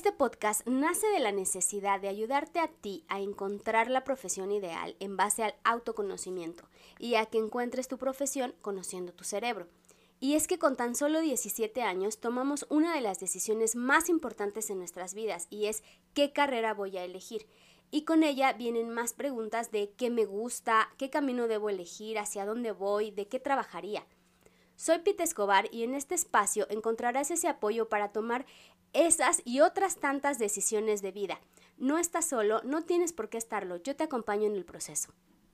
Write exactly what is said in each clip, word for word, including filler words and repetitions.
Este podcast nace de la necesidad de ayudarte a ti a encontrar la profesión ideal en base al autoconocimiento y a que encuentres tu profesión conociendo tu cerebro. Y es que con tan solo diecisiete años tomamos una de las decisiones más importantes en nuestras vidas y es ¿qué carrera voy a elegir? Y con ella vienen más preguntas de qué me gusta, qué camino debo elegir, hacia dónde voy, de qué trabajaría. Soy Pita Escobar y en este espacio encontrarás ese apoyo para tomar esas y otras tantas decisiones de vida. No estás solo, no tienes por qué estarlo, yo te acompaño en el proceso.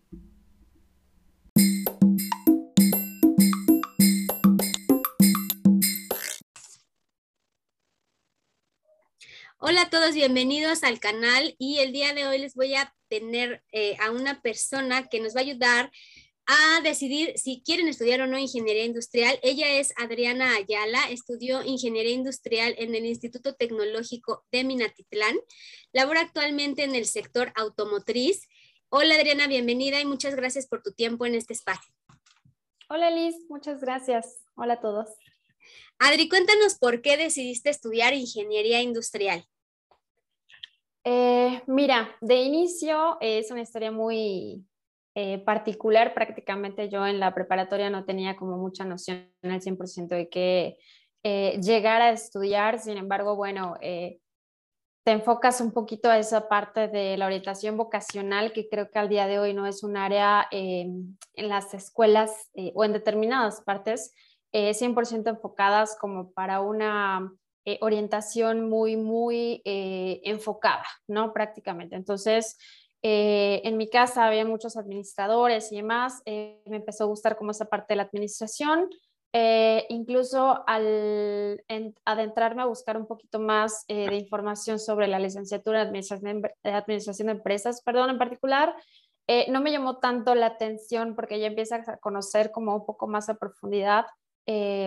Hola a todos, bienvenidos al canal y el día de hoy les voy a tener eh, a una persona que nos va a ayudar a decidir si quieren estudiar o no ingeniería industrial. Ella es Adriana Ayala, estudió ingeniería industrial en el Instituto Tecnológico de Minatitlán, labora actualmente en el sector automotriz. Hola Adriana, bienvenida y muchas gracias por tu tiempo en este espacio. Hola Liz, muchas gracias. Hola a todos. Adri, cuéntanos por qué decidiste estudiar ingeniería industrial. Eh, mira, de inicio eh, es una historia muy eh, particular. Prácticamente yo en la preparatoria no tenía como mucha noción al cien por ciento de que eh, llegar a estudiar. Sin embargo, bueno, eh, te enfocas un poquito a esa parte de la orientación vocacional, que creo que al día de hoy no es un área eh, en las escuelas eh, o en determinadas partes eh, cien por ciento enfocadas como para una eh, orientación muy, muy eh, enfocada, ¿no? Prácticamente. Entonces, eh, en mi casa había muchos administradores y demás. Eh, me empezó a gustar como esa parte de la administración. Eh, incluso al en, adentrarme a buscar un poquito más eh, de información sobre la licenciatura de Administración de, administración de Empresas, perdón, en particular, eh, no me llamó tanto la atención porque ya empiezas a conocer como un poco más a profundidad eh,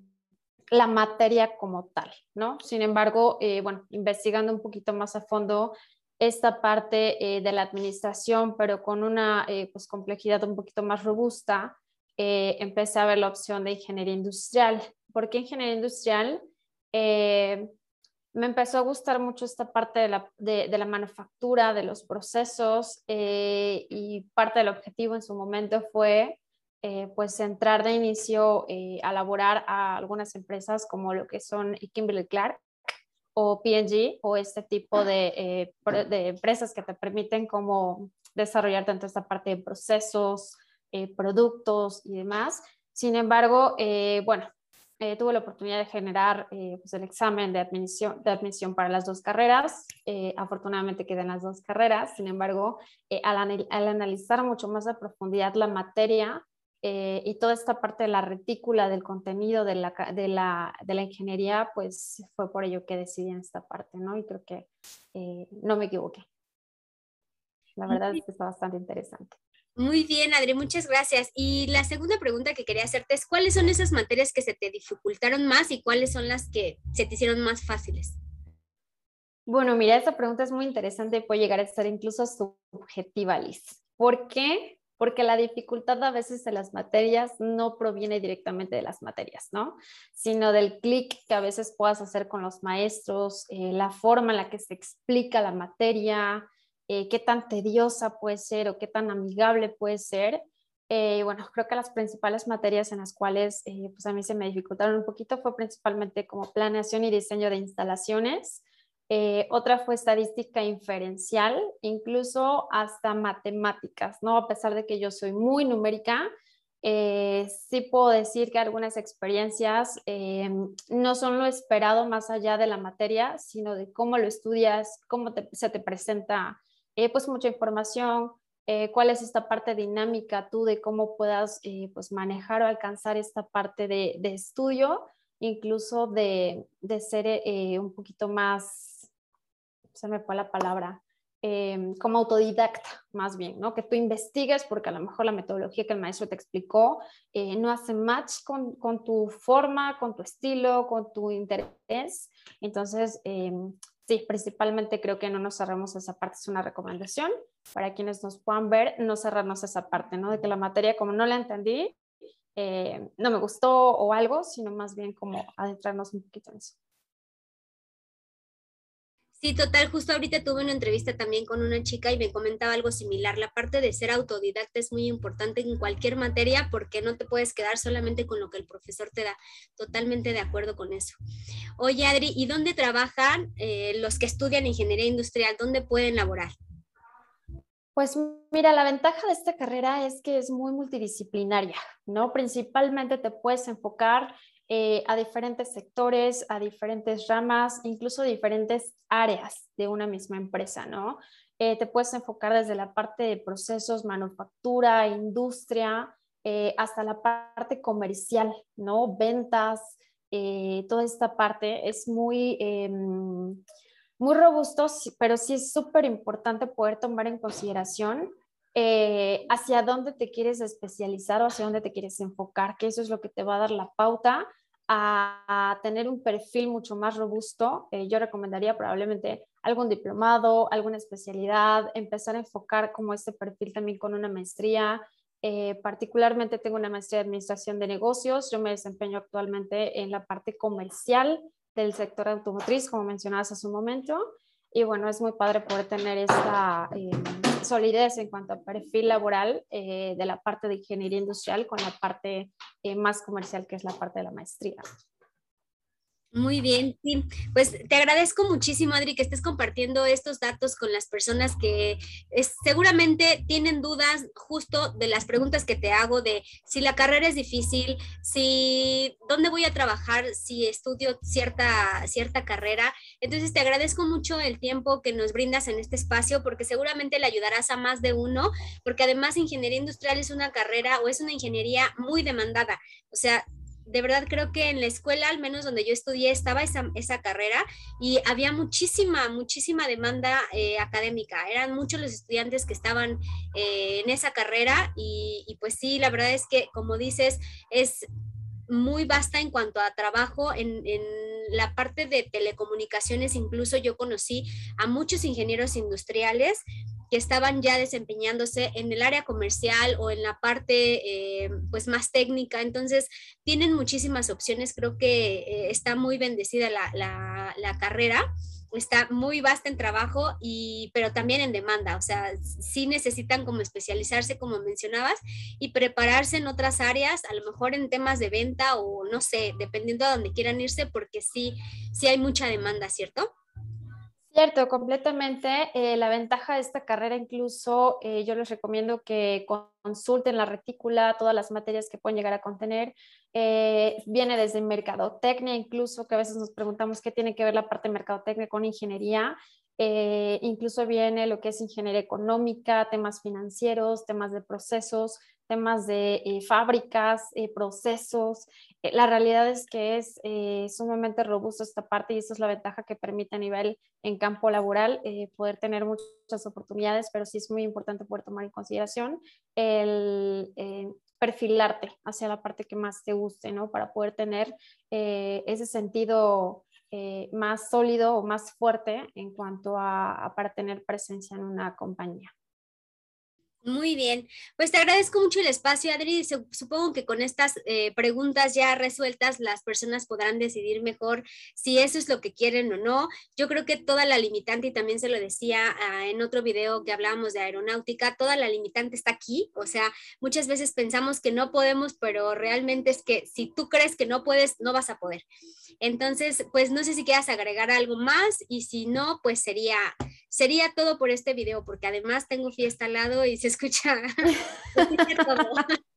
la materia como tal, ¿no? Sin embargo, eh, bueno, investigando un poquito más a fondo esta parte eh, de la administración, pero con una eh, pues, complejidad un poquito más robusta, eh, empecé a ver la opción de ingeniería industrial. ¿Por qué ingeniería industrial? Eh, me empezó a gustar mucho esta parte de la, de, de la manufactura, de los procesos, eh, y parte del objetivo en su momento fue eh, pues entrar de inicio eh, a laborar a algunas empresas como lo que son Kimberly-Clark o P and G o este tipo de, eh, de empresas que te permiten como desarrollar tanto esta parte de procesos, eh, productos y demás. Sin embargo, eh, bueno, eh, tuve la oportunidad de generar eh, pues el examen de admisión, de admisión para las dos carreras. Eh, afortunadamente quedé en las dos carreras. Sin embargo, eh, al, al analizar mucho más a profundidad la materia, eh, y toda esta parte de la retícula del contenido de la, de, la, de la ingeniería, pues fue por ello que decidí en esta parte, ¿no? Y creo que eh, no me equivoqué. La verdad es que está bastante interesante. Muy bien, Adri, muchas gracias. Y la segunda pregunta que quería hacerte es, ¿cuáles son esas materias que se te dificultaron más y cuáles son las que se te hicieron más fáciles? Bueno, mira, esta pregunta es muy interesante y puede llegar a ser incluso subjetiva, Liz. ¿Por qué? Porque la dificultad a veces de las materias no proviene directamente de las materias, ¿no? Sino del clic que a veces puedas hacer con los maestros, eh, la forma en la que se explica la materia, eh, qué tan tediosa puede ser o qué tan amigable puede ser. Eh, bueno, creo que las principales materias en las cuales eh, pues a mí se me dificultaron un poquito fue principalmente como planeación y diseño de instalaciones. Eh, otra fue estadística inferencial, incluso hasta matemáticas, ¿no? A pesar de que yo soy muy numérica, eh, sí puedo decir que algunas experiencias eh, no son lo esperado más allá de la materia, sino de cómo lo estudias, cómo te, se te presenta eh, pues mucha información, eh, cuál es esta parte dinámica tú de cómo puedas eh, pues manejar o alcanzar esta parte de, de estudio, incluso de, de ser eh, un poquito más, se me fue la palabra, eh, como autodidacta más bien, ¿no? Que tú investigues porque a lo mejor la metodología que el maestro te explicó eh, no hace match con, con, tu forma, con tu estilo, con tu interés. Entonces, eh, sí, principalmente creo que no nos cerremos esa parte, es una recomendación para quienes nos puedan ver, no cerrarnos esa parte, ¿no? De que la materia como no la entendí, eh, no me gustó o algo, sino más bien como adentrarnos un poquito en eso. Sí, total, justo ahorita tuve una entrevista también con una chica y me comentaba algo similar. La parte de ser autodidacta es muy importante en cualquier materia porque no te puedes quedar solamente con lo que el profesor te da. Totalmente de acuerdo con eso. Oye, Adri, ¿y dónde trabajan eh, los que estudian ingeniería industrial? ¿Dónde pueden laborar? Pues mira, la ventaja de esta carrera es que es muy multidisciplinaria, ¿no? Principalmente te puedes enfocar eh, a diferentes sectores, a diferentes ramas, incluso diferentes áreas de una misma empresa, ¿no? Eh, te puedes enfocar desde la parte de procesos, manufactura, industria, eh, hasta la parte comercial, ¿no? Ventas, eh, toda esta parte es muy... Eh, muy robustos, pero sí es súper importante poder tomar en consideración eh, hacia dónde te quieres especializar o hacia dónde te quieres enfocar, que eso es lo que te va a dar la pauta a, a tener un perfil mucho más robusto. Eh, yo recomendaría probablemente algún diplomado, alguna especialidad, empezar a enfocar como este perfil también con una maestría. Eh, particularmente tengo una maestría de administración de negocios, yo me desempeño actualmente en la parte comercial del sector automotriz, como mencionabas hace un momento. Y bueno, es muy padre poder tener esta eh, solidez en cuanto a perfil laboral eh, de la parte de ingeniería industrial con la parte eh, más comercial, que es la parte de la maestría. Muy bien, sí. Pues te agradezco muchísimo, Adri, que estés compartiendo estos datos con las personas que es, seguramente tienen dudas justo de las preguntas que te hago de si la carrera es difícil, si dónde voy a trabajar, si estudio cierta, cierta carrera. Entonces te agradezco mucho el tiempo que nos brindas en este espacio porque seguramente le ayudarás a más de uno, porque además ingeniería industrial es una carrera o es una ingeniería muy demandada. O sea, de verdad creo que en la escuela, al menos donde yo estudié, estaba esa, esa carrera y había muchísima, muchísima demanda eh, académica. Eran muchos los estudiantes que estaban eh, en esa carrera y, y pues sí, la verdad es que, como dices, es muy vasta en cuanto a trabajo en, en, la parte de telecomunicaciones. Incluso yo conocí a muchos ingenieros industriales que estaban ya desempeñándose en el área comercial o en la parte eh, pues más técnica. Entonces tienen muchísimas opciones. Creo que eh, está muy bendecida la, la, la carrera, está muy vasta en trabajo, y, pero también en demanda. O sea, sí necesitan como especializarse, como mencionabas, y prepararse en otras áreas, a lo mejor en temas de venta o no sé, dependiendo a dónde quieran irse, porque sí, sí hay mucha demanda, ¿cierto? Cierto, completamente. Eh, la ventaja de esta carrera, incluso eh, yo les recomiendo que consulten la retícula, todas las materias que pueden llegar a contener. Eh, viene desde mercadotecnia, incluso que a veces nos preguntamos qué tiene que ver la parte de mercadotecnia con ingeniería. Eh, incluso viene lo que es ingeniería económica, temas financieros, temas de procesos, temas de eh, fábricas, eh, procesos. Eh, la realidad es que es eh, sumamente robusto esta parte y esa es la ventaja que permite a nivel en campo laboral eh, poder tener muchas oportunidades, pero sí es muy importante poder tomar en consideración el eh, perfilarte hacia la parte que más te guste, ¿no? Para poder tener eh, ese sentido eh, más sólido o más fuerte en cuanto a, a para tener presencia en una compañía. Muy bien, pues te agradezco mucho el espacio, Adri. Supongo que con estas eh, preguntas ya resueltas, las personas podrán decidir mejor si eso es lo que quieren o no. Yo creo que toda la limitante, y también se lo decía uh, en otro video que hablábamos de aeronáutica, toda la limitante está aquí. O sea, muchas veces pensamos que no podemos, pero realmente es que si tú crees que no puedes, no vas a poder. Entonces, pues no sé si quieras agregar algo más, y si no, pues sería, sería todo por este video, porque además tengo fiesta al lado y se escucha, se escucha todo.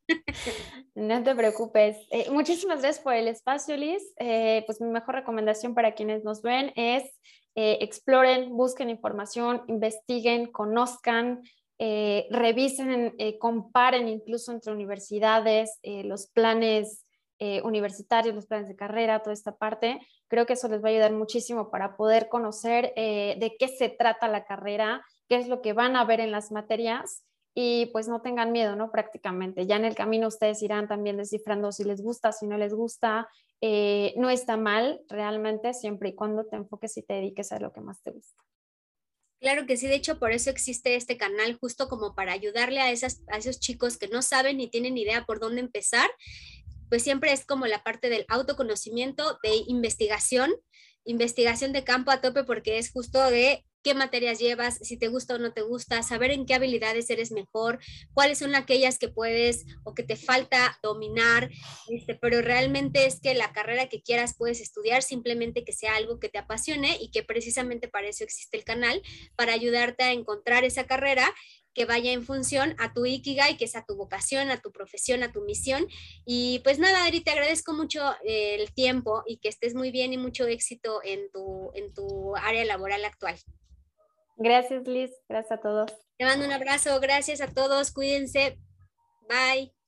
No te preocupes. Eh, muchísimas gracias por el espacio, Liz. Eh, pues mi mejor recomendación para quienes nos ven es eh, exploren, busquen información, investiguen, conozcan, eh, revisen, eh, comparen incluso entre universidades, eh, los planes eh, universitarios, los planes de carrera, toda esta parte. Creo que eso les va a ayudar muchísimo para poder conocer eh, de qué se trata la carrera, qué es lo que van a ver en las materias y pues no tengan miedo, ¿no? Prácticamente. Ya en el camino ustedes irán también descifrando si les gusta, si no les gusta. Eh, no está mal realmente siempre y cuando te enfoques y te dediques a lo que más te gusta. Claro que sí, de hecho por eso existe este canal, justo como para ayudarle a, esas, a esos chicos que no saben ni tienen idea por dónde empezar. Pues siempre es como la parte del autoconocimiento, de investigación, investigación de campo a tope porque es justo de qué materias llevas, si te gusta o no te gusta, saber en qué habilidades eres mejor, cuáles son aquellas que puedes o que te falta dominar, este, pero realmente es que la carrera que quieras puedes estudiar, simplemente que sea algo que te apasione y que precisamente para eso existe el canal, para ayudarte a encontrar esa carrera que vaya en función a tu Ikigai, que es a tu vocación, a tu profesión, a tu misión. Y pues nada, Adri, te agradezco mucho eh, el tiempo y que estés muy bien y mucho éxito en tu, en tu área laboral actual. Gracias, Liz. Gracias a todos. Te mando un abrazo, gracias a todos, cuídense, bye.